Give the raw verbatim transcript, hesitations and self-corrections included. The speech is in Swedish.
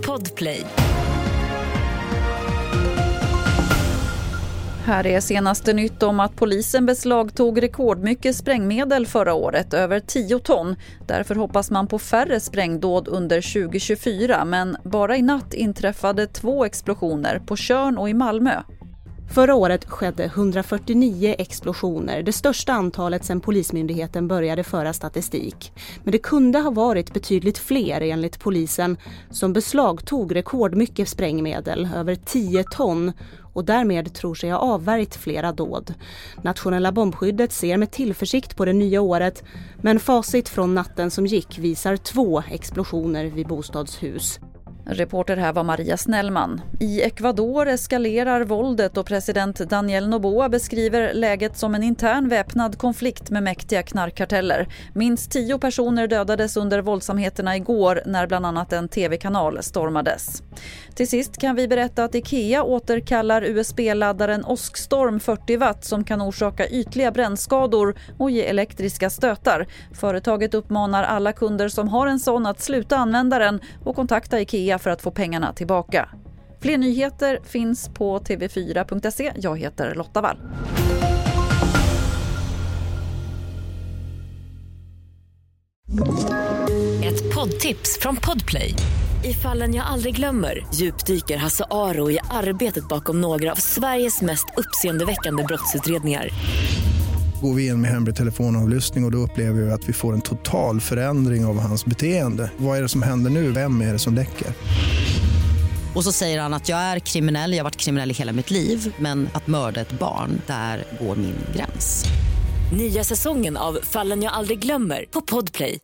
Podplay. Här är senaste nytt om att polisen beslagtog rekordmycket sprängmedel förra året, över tio ton. Därför hoppas man på färre sprängdåd under tjugo tjugofyra, men bara i natt inträffade två explosioner på Tjörn och i Malmö. Förra året skedde hundrafyrtionio explosioner, det största antalet sedan Polismyndigheten började föra statistik. Men det kunde ha varit betydligt fler enligt polisen, som beslagtog rekordmycket sprängmedel, över tio ton, och därmed tror sig ha avvärjt flera dåd. Nationella bombskyddet ser med tillförsikt på det nya året, men facit från natten som gick visar två explosioner vid bostadshus. Reporter här var Maria Snellman. I Ecuador eskalerar våldet och president Daniel Noboa beskriver läget som en intern väpnad konflikt med mäktiga knarkkarteller. Minst tio personer dödades under våldsamheterna igår när bland annat en tv-kanal stormades. Till sist kan vi berätta att IKEA återkallar U S B-laddaren Åskstorm fyrtio watt som kan orsaka ytliga brännskador och ge elektriska stötar. Företaget uppmanar alla kunder som har en sån att sluta använda den och kontakta IKEA för att få pengarna tillbaka. Fler nyheter finns på t v fyra punkt se. Jag heter Lotta Wall. Ett poddtips från Podplay. I Fallen jag aldrig glömmer djupdyker Hasse Aro i arbetet bakom några av Sveriges mest uppseendeväckande brottsutredningar. Går vi in med hemlig telefonavlyssning och då upplever vi att vi får en total förändring av hans beteende. Vad är det som händer nu? Vem är det som läcker? Och så säger han att jag är kriminell, jag har varit kriminell i hela mitt liv. Men att mörda ett barn, där går min gräns. Nya säsongen av Fallen jag aldrig glömmer på Podplay.